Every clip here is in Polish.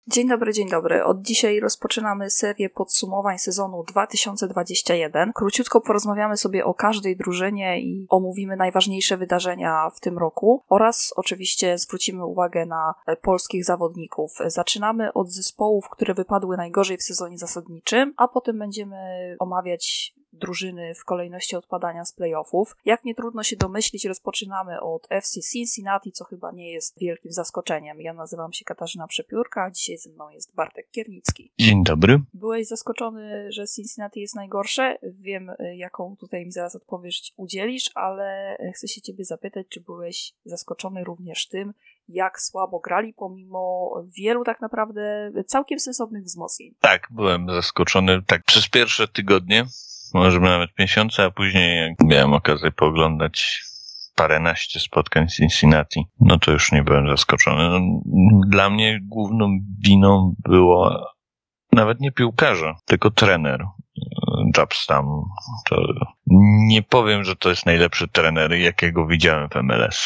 Dzień dobry, dzień dobry. Od dzisiaj rozpoczynamy serię podsumowań sezonu 2021. Króciutko porozmawiamy sobie o każdej drużynie i omówimy najważniejsze wydarzenia w tym roku oraz oczywiście zwrócimy uwagę na polskich zawodników. Zaczynamy od zespołów, które wypadły najgorzej w sezonie zasadniczym, a potem będziemy omawiać drużyny w kolejności odpadania z playoffów. Jak nie trudno się domyślić, rozpoczynamy od FC Cincinnati, co chyba nie jest wielkim zaskoczeniem. Ja nazywam się Katarzyna Przepiórka, a dzisiaj ze mną jest Bartek Kiernicki. Dzień dobry. Byłeś zaskoczony, że Cincinnati jest najgorsze? Wiem, jaką tutaj mi zaraz odpowiedź udzielisz, ale chcę się ciebie zapytać, czy byłeś zaskoczony również tym, jak słabo grali pomimo wielu tak naprawdę całkiem sensownych wzmocnień? Tak, byłem zaskoczony przez pierwsze tygodnie, może nawet miesiące, a później jak miałem okazję pooglądać paręnaście spotkań Cincinnati, no to już nie byłem zaskoczony. Dla mnie główną winą było nawet nie piłkarze, tylko trener. Jabstam. To nie powiem, że to jest najlepszy trener, jakiego widziałem w MLS.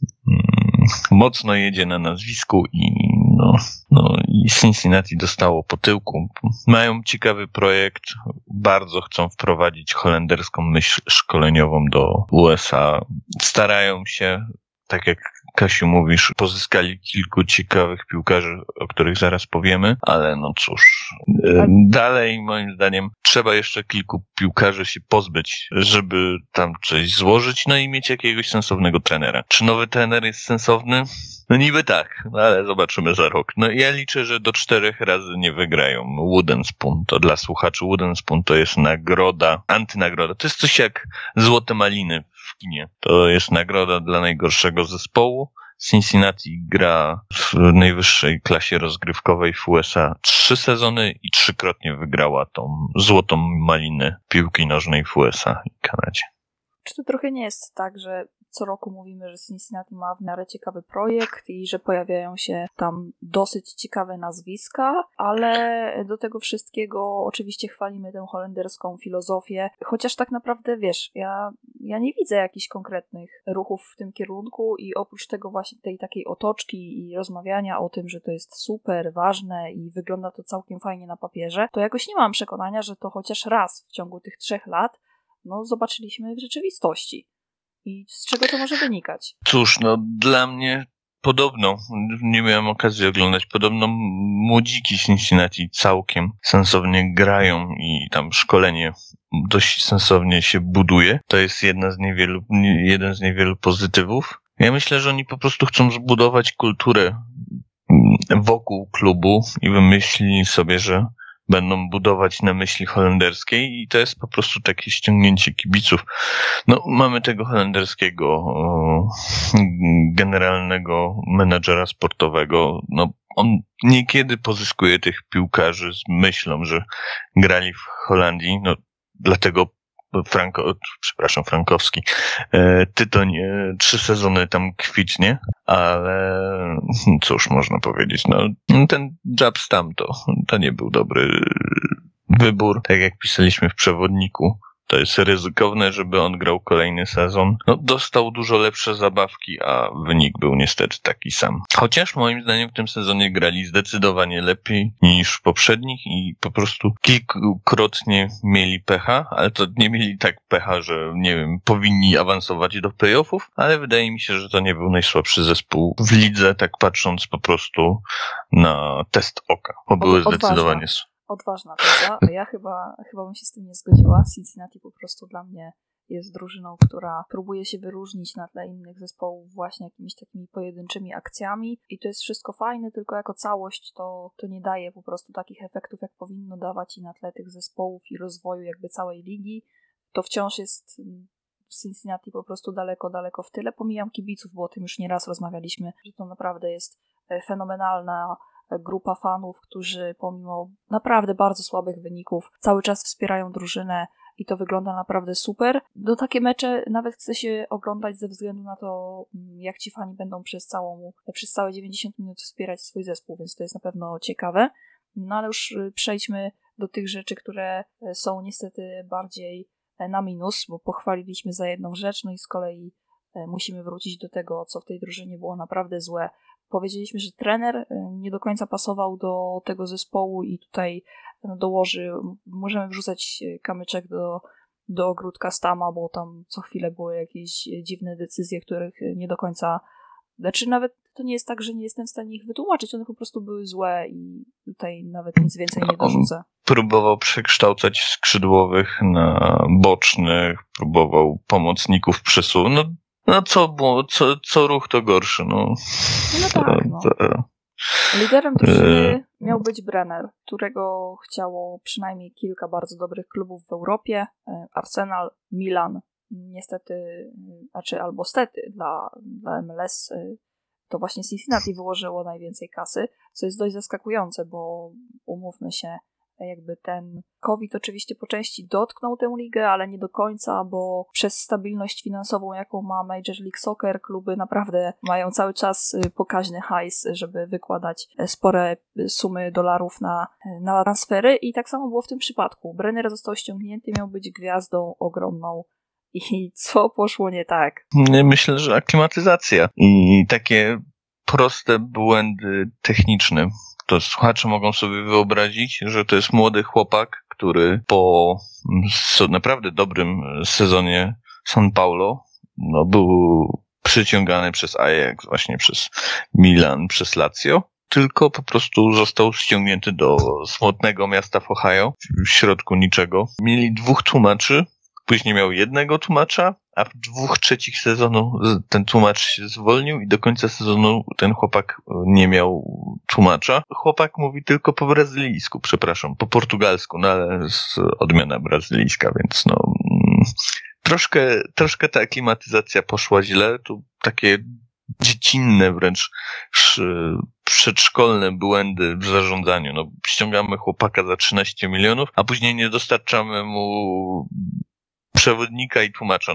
Mocno jedzie na nazwisku i i Cincinnati dostało po tyłku. Mają ciekawy projekt, bardzo chcą wprowadzić holenderską myśl szkoleniową do USA. Starają się, tak jak Kasiu mówisz, pozyskali kilku ciekawych piłkarzy, o których zaraz powiemy, ale no cóż. Dalej, moim zdaniem, trzeba jeszcze kilku piłkarzy się pozbyć, żeby tam coś złożyć, no i mieć jakiegoś sensownego trenera. Czy nowy trener jest sensowny? No niby tak, ale zobaczymy za rok. No ja liczę, że do 4 razy nie wygrają. Wooden Spoon, to dla słuchaczy Wooden Spoon to jest nagroda, antynagroda. To jest coś jak Złote Maliny w kinie. To jest nagroda dla najgorszego zespołu. Cincinnati gra w najwyższej klasie rozgrywkowej w USA 3 sezony i 3-krotnie wygrała tą Złotą Malinę piłki nożnej w USA i Kanadzie. Czy to trochę nie jest tak, że co roku mówimy, że Cincinnati ma w miarę ciekawy projekt i że pojawiają się tam dosyć ciekawe nazwiska, ale do tego wszystkiego oczywiście chwalimy tę holenderską filozofię, chociaż tak naprawdę, wiesz, ja nie widzę jakichś konkretnych ruchów w tym kierunku i oprócz tego właśnie tej takiej otoczki i rozmawiania o tym, że to jest super ważne i wygląda to całkiem fajnie na papierze, to jakoś nie mam przekonania, że to chociaż raz w ciągu tych 3 lat zobaczyliśmy w rzeczywistości. I z czego to może wynikać? Cóż, dla mnie podobno, nie miałem okazji oglądać, podobno młodziki Cincinnati całkiem sensownie grają i tam szkolenie dość sensownie się buduje. To jest jeden z niewielu pozytywów. Ja myślę, że oni po prostu chcą zbudować kulturę wokół klubu i wymyślili sobie, że będą budować na myśli holenderskiej i to jest po prostu takie ściągnięcie kibiców. Mamy tego holenderskiego generalnego menadżera sportowego. On niekiedy pozyskuje tych piłkarzy z myślą, że grali w Holandii. Dlatego Frankowski. Tytoń 3 sezony tam kwitnie, ale cóż można powiedzieć, ten Jabstam to nie był dobry wybór, tak jak pisaliśmy w przewodniku. To jest ryzykowne, żeby on grał kolejny sezon. Dostał dużo lepsze zabawki, a wynik był niestety taki sam. Chociaż moim zdaniem w tym sezonie grali zdecydowanie lepiej niż w poprzednich i po prostu kilkukrotnie mieli pecha, ale to nie mieli tak pecha, że nie wiem, powinni awansować do playoffów, ale wydaje mi się, że to nie był najsłabszy zespół w lidze, tak patrząc po prostu na test oka, bo były zdecydowanie... Odważna teza, a ja chyba bym się z tym nie zgodziła. Cincinnati po prostu dla mnie jest drużyną, która próbuje się wyróżnić na tle innych zespołów właśnie jakimiś takimi pojedynczymi akcjami i to jest wszystko fajne, tylko jako całość to nie daje po prostu takich efektów, jak powinno dawać i na tle tych zespołów i rozwoju jakby całej ligi. To wciąż jest Cincinnati po prostu daleko, daleko w tyle. Pomijam kibiców, bo o tym już nieraz rozmawialiśmy, że to naprawdę jest fenomenalna grupa fanów, którzy pomimo naprawdę bardzo słabych wyników cały czas wspierają drużynę i to wygląda naprawdę super. Takie mecze nawet chce się oglądać ze względu na to, jak ci fani będą przez całe 90 minut wspierać swój zespół, więc to jest na pewno ciekawe. Ale już przejdźmy do tych rzeczy, które są niestety bardziej na minus, bo pochwaliliśmy za jedną rzecz, i z kolei musimy wrócić do tego, co w tej drużynie było naprawdę złe, powiedzieliśmy, że trener nie do końca pasował do tego zespołu i tutaj możemy wrzucać kamyczek do ogródka Stama, bo tam co chwilę były jakieś dziwne decyzje, których nie do końca... Znaczy nawet to nie jest tak, że nie jestem w stanie ich wytłumaczyć, one po prostu były złe i tutaj nawet nic więcej nie dorzucę. Próbował przekształcać skrzydłowych na bocznych, próbował pomocników przesunąć. No co było, co ruch to gorszy, no. No tak, no. Liderem drużyny miał być Brenner, którego chciało przynajmniej kilka bardzo dobrych klubów w Europie. Arsenal, Milan, niestety, albo stety dla MLS, to właśnie Cincinnati wyłożyło najwięcej kasy, co jest dość zaskakujące, bo umówmy się, jakby ten COVID oczywiście po części dotknął tę ligę, ale nie do końca, bo przez stabilność finansową, jaką ma Major League Soccer, kluby naprawdę mają cały czas pokaźny hajs, żeby wykładać spore sumy dolarów na transfery i tak samo było w tym przypadku. Brenner został ściągnięty, miał być gwiazdą ogromną. I co poszło nie tak? Myślę, że aklimatyzacja i takie proste błędy techniczne. To słuchacze mogą sobie wyobrazić, że to jest młody chłopak, który po naprawdę dobrym sezonie São Paulo był przyciągany przez Ajax, właśnie przez Milan, przez Lazio, tylko po prostu został ściągnięty do smutnego miasta w Ohio, w środku niczego. Mieli 2 tłumaczy, później miał 1 tłumacza, a w 2/3 sezonu ten tłumacz się zwolnił i do końca sezonu ten chłopak nie miał tłumacza. Chłopak mówi tylko po brazylijsku, po portugalsku, no ale jest odmiana brazylijska, więc troszkę ta aklimatyzacja poszła źle. Tu takie dziecinne wręcz przedszkolne błędy w zarządzaniu. Ściągamy chłopaka za 13 milionów, a później nie dostarczamy mu przewodnika i tłumacza.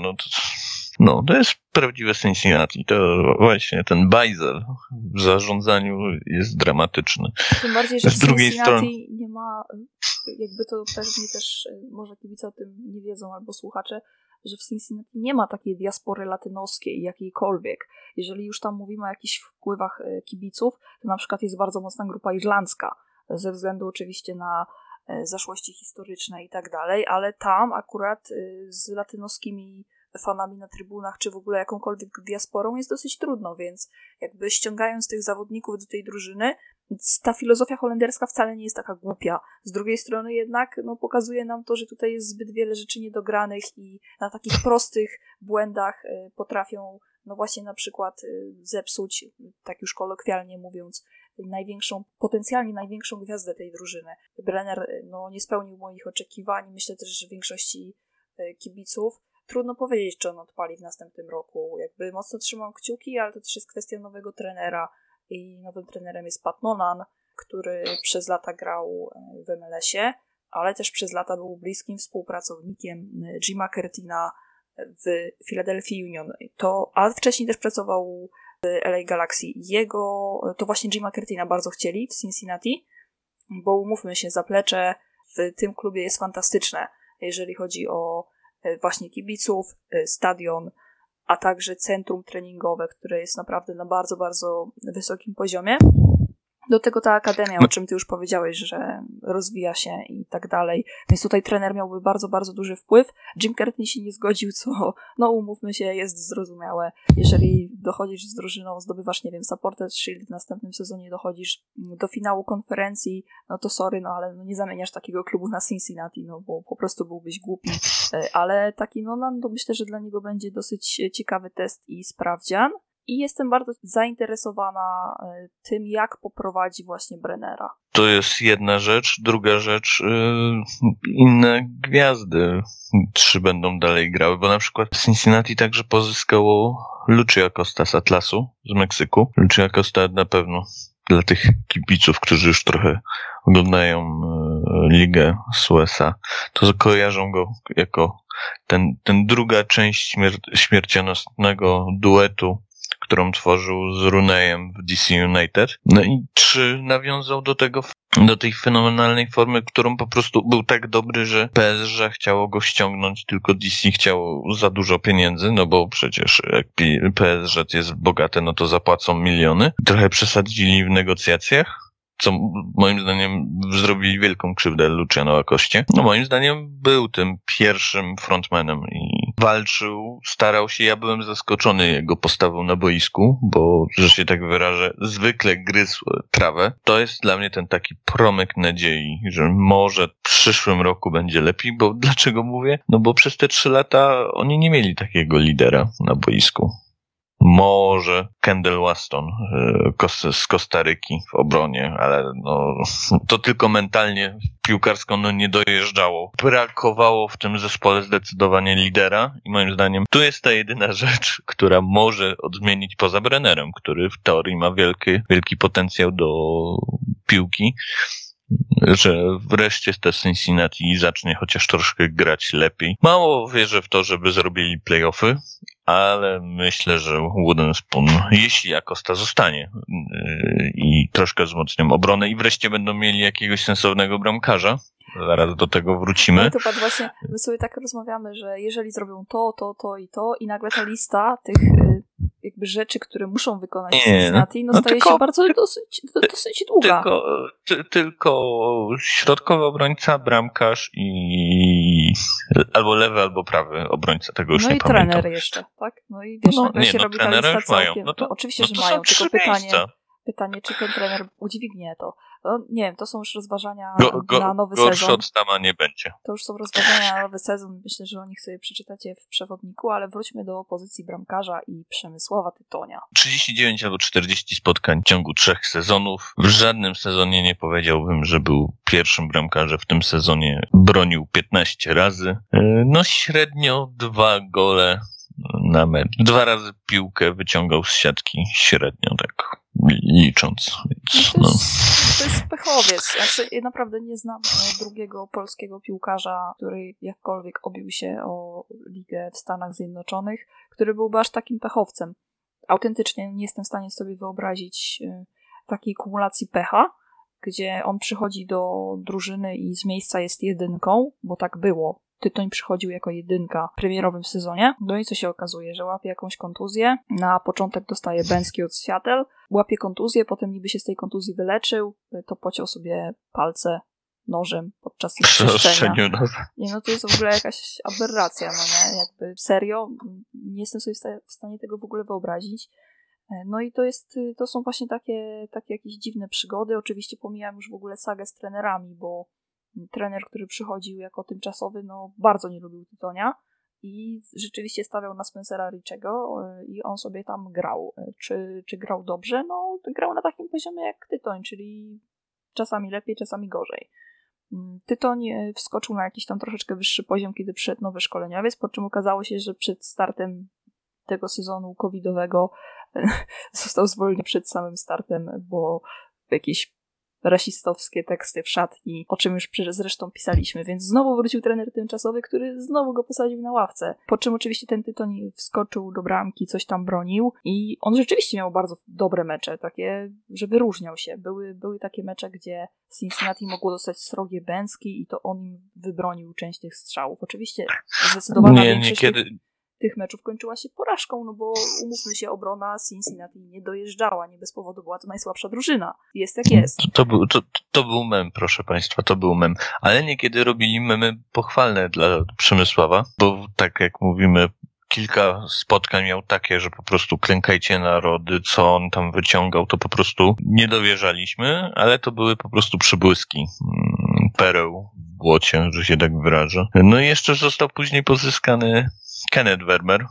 To jest prawdziwe Cincinnati. To właśnie ten bajzel w zarządzaniu jest dramatyczny. Tym bardziej, że w Cincinnati nie ma, jakby to pewnie też, może kibice o tym nie wiedzą albo słuchacze, że w Cincinnati nie ma takiej diaspory latynoskiej jakiejkolwiek. Jeżeli już tam mówimy o jakichś wpływach kibiców, to na przykład jest bardzo mocna grupa irlandzka, ze względu oczywiście na zaszłości historyczne i tak dalej, ale tam akurat z latynoskimi fanami na trybunach, czy w ogóle jakąkolwiek diasporą jest dosyć trudno, więc jakby ściągając tych zawodników do tej drużyny, ta filozofia holenderska wcale nie jest taka głupia. Z drugiej strony jednak pokazuje nam to, że tutaj jest zbyt wiele rzeczy niedogranych i na takich prostych błędach potrafią właśnie na przykład zepsuć, tak już kolokwialnie mówiąc, potencjalnie największą gwiazdę tej drużyny. Brenner nie spełnił moich oczekiwań, myślę też, że większości kibiców. Trudno powiedzieć, czy on odpali w następnym roku. Jakby mocno trzymam kciuki, ale to też jest kwestia nowego trenera i nowym trenerem jest Pat Nolan, który przez lata grał w MLS-ie, ale też przez lata był bliskim współpracownikiem Jima Curtina w Philadelphia Union. Ale wcześniej też pracował w LA Galaxy. To właśnie Jima Curtina bardzo chcieli w Cincinnati, bo umówmy się, zaplecze w tym klubie jest fantastyczne, jeżeli chodzi o właśnie kibiców, stadion, a także centrum treningowe, które jest naprawdę na bardzo, bardzo wysokim poziomie. Do tego ta akademia, o czym ty już powiedziałeś, że rozwija się i tak dalej. Więc tutaj trener miałby bardzo, bardzo duży wpływ. Jim Curtin się nie zgodził, co, umówmy się, jest zrozumiałe. Jeżeli dochodzisz z drużyną, zdobywasz, Supporters Shield, w następnym sezonie dochodzisz do finału konferencji, to sorry, ale nie zamieniasz takiego klubu na Cincinnati, bo po prostu byłbyś głupi. Ale taki to myślę, że dla niego będzie dosyć ciekawy test i sprawdzian. I jestem bardzo zainteresowana tym, jak poprowadzi właśnie Brennera. To jest jedna rzecz. Druga rzecz, inne gwiazdy 3 będą dalej grały, bo na przykład Cincinnati także pozyskało Lucio Acosta z Atlasu, z Meksyku. Lucio Acosta na pewno dla tych kibiców, którzy już trochę oglądają ligę z USA, to kojarzą go jako ten druga część śmiercionośnego duetu, którą tworzył z Rooneyem w DC United. I 3 nawiązał do tego do tej fenomenalnej formy, którą po prostu był tak dobry, że PSG chciało go ściągnąć, tylko DC chciało za dużo pieniędzy, no bo przecież jak PSG jest bogate, no to zapłacą miliony. Trochę przesadzili w negocjacjach, co moim zdaniem zrobili wielką krzywdę Luciano Acoście. No moim zdaniem był tym pierwszym frontmanem i walczył, starał się. Ja byłem zaskoczony jego postawą na boisku, bo, że się tak wyrażę, zwykle gryzł trawę. To jest dla mnie ten taki promyk nadziei, że może w przyszłym roku będzie lepiej, bo dlaczego mówię? No bo przez te 3 lata oni nie mieli takiego lidera na boisku. Może Kendall Waston z Kostaryki w obronie, ale no, to tylko mentalnie piłkarsko nie dojeżdżało. Brakowało w tym zespole zdecydowanie lidera i moim zdaniem tu jest ta jedyna rzecz, która może odmienić poza Brennerem, który w teorii ma wielki potencjał do piłki, że wreszcie te Cincinnati zacznie chociaż troszkę grać lepiej. Mało wierzę w to, żeby zrobili play-offy, ale myślę, że Wooden Spoon, jeśli Acosta zostanie i troszkę wzmocnią obronę i wreszcie będą mieli jakiegoś sensownego bramkarza, zaraz do tego wrócimy. No to patrz, właśnie my sobie tak rozmawiamy, że jeżeli zrobią to i nagle ta lista tych jakby rzeczy, które muszą wykonać Cincinnati, staje się dosyć długa. Tylko środkowy obrońca, bramkarz i albo lewy, albo prawy obrońca, tego już nie pamiętam. No i trener jeszcze, tak? No i wiesz, nagle się robi ta lista całkiem. Oczywiście, że mają, tylko pytanie, czy ten trener udźwignie to. No, nie wiem, to są już rozważania na nowy sezon. Gorszy od Stama nie będzie. To już są rozważania na nowy sezon. Myślę, że o nich sobie przeczytacie w przewodniku, ale wróćmy do pozycji bramkarza i Przemysława Tytonia. 39 albo 40 spotkań w ciągu 3 sezonów. W żadnym sezonie nie powiedziałbym, że był pierwszym bramkarzem w tym sezonie. Bronił 15 razy. No średnio 2 gole na mecz. 2 razy piłkę wyciągał z siatki średnio, tak licząc. Więc, to jest pechowiec. Ja naprawdę nie znam drugiego polskiego piłkarza, który jakkolwiek obił się o ligę w Stanach Zjednoczonych, który byłby aż takim pechowcem. Autentycznie nie jestem w stanie sobie wyobrazić takiej kumulacji pecha, gdzie on przychodzi do drużyny i z miejsca jest jedynką, bo tak było. Tytoń przychodził jako jedynka w premierowym sezonie. No i co się okazuje, że łapie jakąś kontuzję. Na początek dostaje Bęcki od Seattle. Łapie kontuzję, potem niby się z tej kontuzji wyleczył. To pociął sobie palce nożem podczas ich czyszczenia. Nie, no to jest w ogóle jakaś aberracja, no nie? Jakby serio, nie jestem sobie w stanie tego w ogóle wyobrazić. No i to są właśnie takie jakieś dziwne przygody. Oczywiście pomijam już w ogóle sagę z trenerami, bo trener, który przychodził jako tymczasowy, no bardzo nie lubił Tytonia i rzeczywiście stawiał na Spencera Richiego i on sobie tam grał. Czy grał dobrze? No grał na takim poziomie jak Tytoń, czyli czasami lepiej, czasami gorzej. Tytoń wskoczył na jakiś tam troszeczkę wyższy poziom, kiedy przyszedł nowy szkoleniowiec, po czym okazało się, że przed startem tego sezonu covidowego został zwolniony przed samym startem, bo jakieś rasistowskie teksty w szatni, o czym już zresztą pisaliśmy, więc znowu wrócił trener tymczasowy, który znowu go posadził na ławce. Po czym oczywiście ten Tytoń wskoczył do bramki, coś tam bronił i on rzeczywiście miał bardzo dobre mecze, takie, że wyróżniał się. Były takie mecze, gdzie Cincinnati mogło dostać srogie Bęcki i to on im wybronił część tych strzałów. Oczywiście zdecydowana większość tych meczów kończyła się porażką, no bo umówmy się, obrona Cincinnati nie dojeżdżała, nie bez powodu była to najsłabsza drużyna. Jest jak jest. To był mem, proszę Państwa, to był mem. Ale niekiedy robili memy pochwalne dla Przemysława, bo tak jak mówimy, kilka spotkań miał takie, że po prostu klękajcie narody, co on tam wyciągał, to po prostu nie dowierzaliśmy, ale to były po prostu przybłyski pereł w błocie, że się tak wyrażę. No i jeszcze został później pozyskany Kenneth Vermeer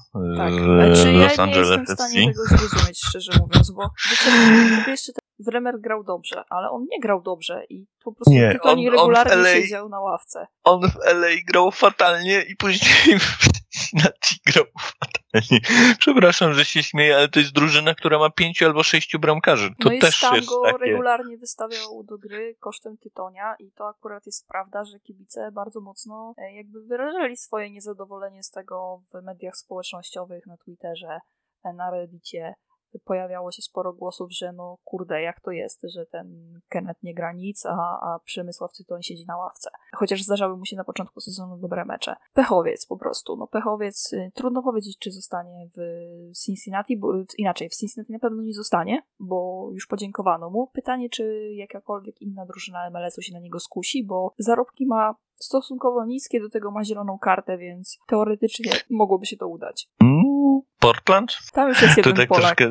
z Los Angeles FC. Ja nie jestem w stanie tego zrozumieć, szczerze mówiąc, bo jeszcze Vermeer grał dobrze, ale on nie grał dobrze i po prostu Tytoń regularnie siedział na ławce. On w LA grał fatalnie i później w Cincinnati grał fatalnie. Przepraszam, że się śmieję, ale to jest drużyna, która ma 5 albo 6 bramkarzy. To no też i jest go takie... regularnie wystawiał do gry kosztem Tytonia i to akurat jest prawda, że kibice bardzo mocno jakby wyrażali swoje niezadowolenie z tego w mediach społecznościowych, na Twitterze, na Reddicie, pojawiało się sporo głosów, że no kurde, jak to jest, że ten Kenneth nie gra nic, a Przemysław Tytoń siedzi na ławce. Chociaż zdarzały mu się na początku sezonu dobre mecze. Pechowiec po prostu. No pechowiec, trudno powiedzieć, czy zostanie w Cincinnati, bo inaczej, w Cincinnati na pewno nie zostanie, bo już podziękowano mu. Pytanie, czy jakakolwiek inna drużyna MLS-u się na niego skusi, bo zarobki ma stosunkowo niskie, do tego ma zieloną kartę, więc teoretycznie mogłoby się to udać. Portland? Tam już jest jeden to tak Polak. troszkę,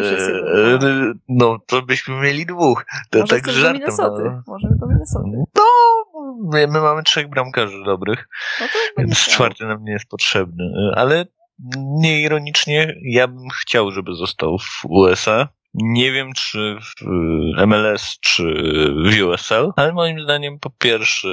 Polak. to byśmy mieli dwóch. To Może tak żartem. Możemy do Minnesoty. My mamy 3 bramkarzy dobrych, No to więc 4 nam nie jest potrzebny. Ale nieironicznie ja bym chciał, żeby został w USA. Nie wiem, czy w MLS, czy w USL, ale moim zdaniem po pierwsze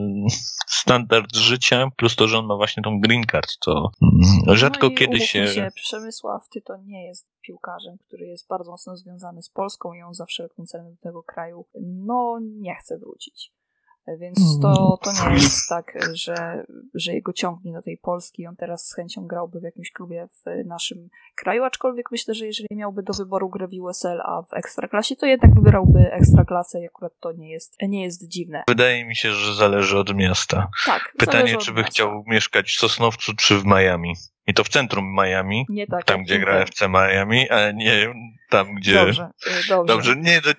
standard życia, plus to, że on ma właśnie tą green card, to rzadko kiedy się... Przemysław Tytoń nie jest piłkarzem, który jest bardzo mocno związany z Polską i on za wszelką cenę do tego kraju nie chce wrócić. Więc to nie jest tak, że jego ciągnie do tej Polski. On teraz z chęcią grałby w jakimś klubie w naszym kraju, aczkolwiek myślę, że jeżeli miałby do wyboru grę w USL, a w Ekstraklasie, to jednak wybierałby Ekstraklasę i akurat to nie jest dziwne. Wydaje mi się, że zależy od miasta. Tak. Pytanie, czy by chciał mieszkać w Sosnowcu, czy w Miami. I to w centrum Miami, nie tak tam gdzie gra FC Miami, a nie tam gdzie... Dobrze.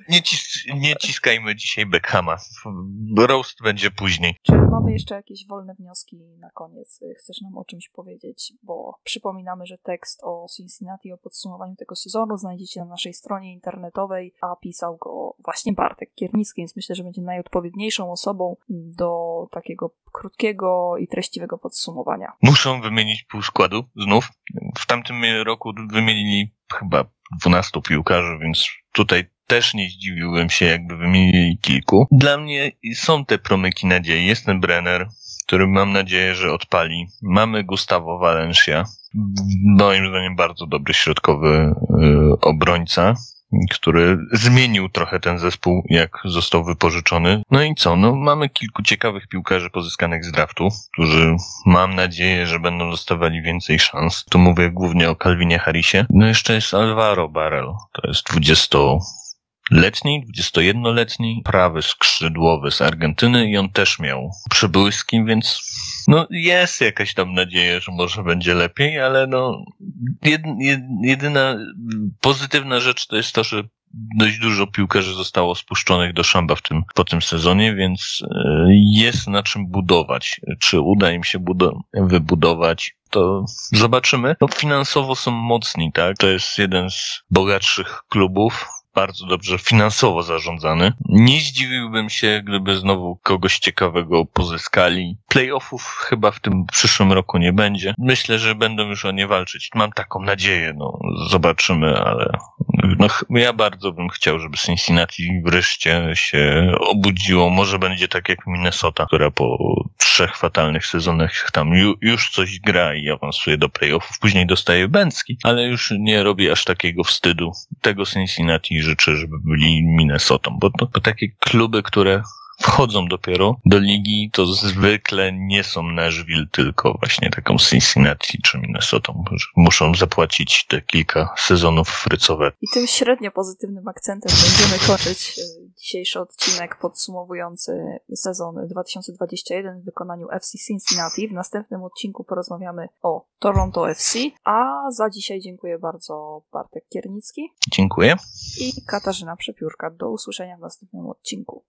Nie ciskajmy dzisiaj Beckhama. Roast będzie później. Czy mamy jeszcze jakieś wolne wnioski na koniec? Chcesz nam o czymś powiedzieć? Bo przypominamy, że tekst o Cincinnati, o podsumowaniu tego sezonu znajdziecie na naszej stronie internetowej, a pisał go właśnie Bartek Kiernicki, więc myślę, że będzie najodpowiedniejszą osobą do takiego krótkiego i treściwego podsumowania. Muszą wymienić pół składu znów. W tamtym roku wymienili chyba 12 piłkarzy, więc tutaj też nie zdziwiłbym się, jakby wymienili kilku. Dla mnie są te promyki nadziei. Jest ten Brenner, który mam nadzieję, że odpali. Mamy Gustavo Valencia, moim zdaniem bardzo dobry środkowy obrońca, który zmienił trochę ten zespół, jak został wypożyczony. No i co? Mamy kilku ciekawych piłkarzy pozyskanych z draftu, którzy mam nadzieję, że będą dostawali więcej szans. Tu mówię głównie o Calvinie Harrisie. No jeszcze jest Alvaro Barrel. To jest 21-letni, prawy skrzydłowy z Argentyny i on też miał przebłyski, więc jest jakaś tam nadzieja, że może będzie lepiej, ale jedyna pozytywna rzecz to jest to, że dość dużo piłkarzy zostało spuszczonych do szamba po tym sezonie, więc jest na czym budować. Czy uda im się wybudować, to zobaczymy. Finansowo są mocni, tak? To jest jeden z bogatszych klubów. Bardzo dobrze finansowo zarządzany. Nie zdziwiłbym się, gdyby znowu kogoś ciekawego pozyskali. Playoffów chyba w tym przyszłym roku nie będzie. Myślę, że będą już o nie walczyć. Mam taką nadzieję, zobaczymy, ale ja bardzo bym chciał, żeby Cincinnati wreszcie się obudziło. Może będzie tak jak Minnesota, która po 3 fatalnych sezonach tam już coś gra i awansuje do playoffów. Później dostaje bęcki, ale już nie robi aż takiego wstydu. Tego Cincinnati życzę, żeby byli Minnesotą, bo takie kluby, które wchodzą dopiero do ligi, to zwykle nie są Nashville, tylko właśnie taką Cincinnati czy Minnesotą. Muszą zapłacić te kilka sezonów frycowe. I tym średnio pozytywnym akcentem będziemy kończyć dzisiejszy odcinek podsumowujący sezon 2021 w wykonaniu FC Cincinnati. W następnym odcinku porozmawiamy o Toronto FC, a za dzisiaj dziękuję bardzo Bartek Kiernicki. Dziękuję. I Katarzyna Przepiórka. Do usłyszenia w następnym odcinku.